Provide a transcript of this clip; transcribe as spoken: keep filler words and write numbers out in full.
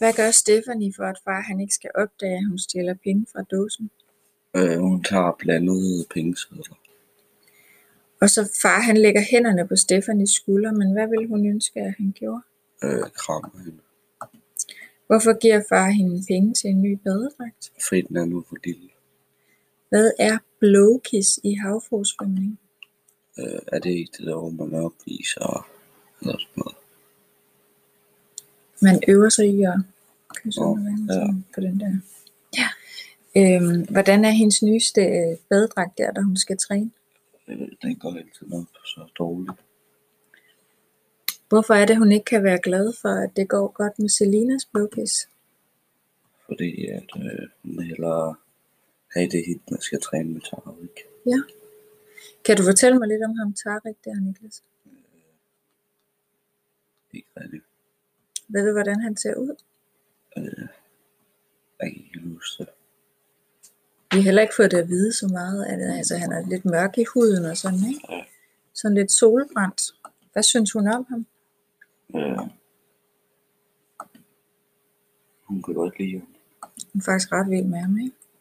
Hvad gør Stephanie for, at far han ikke skal opdage, at hun stjæler penge fra dåsen? Øh, hun tager blandede pengesedler. Og så far han lægger hænderne på Stephanies skulder, men hvad ville hun ønske, at han gjorde? Øh, krammer hende. Hvorfor giver far hende penge til en ny badedragt? Fordi den er nu for lille. Hvad er blowkiss i havfruesvømning? Øh, er det ikke det der, hvor man opviser eller sådan noget? Man øver sig i at kysse Nå, under vandet ja. sådan på den der. Ja. Øhm, hvordan er hendes nyeste øh, badedragt der, da hun skal træne? Øh, den går altid op så dårligt. Hvorfor er det, hun ikke kan være glad for, at det går godt med Selinas blowkiss? Fordi at øh, hun hellere have det hit, man skal træne med Tarik. Ja. Kan du fortælle mig lidt om ham, Tarik der, Niklas? Ikke rigtigt. Ved du, hvordan han ser ud? Øh, jeg kan ikke huske det. Vi har heller ikke fået det at vide så meget af det. Altså, han er lidt mørk i huden og sådan, ikke? Ja. Sådan lidt solbrændt. Hvad synes hun om ham? Øh, hun kan godt lide ham. Hun er faktisk ret vild med ham, ikke?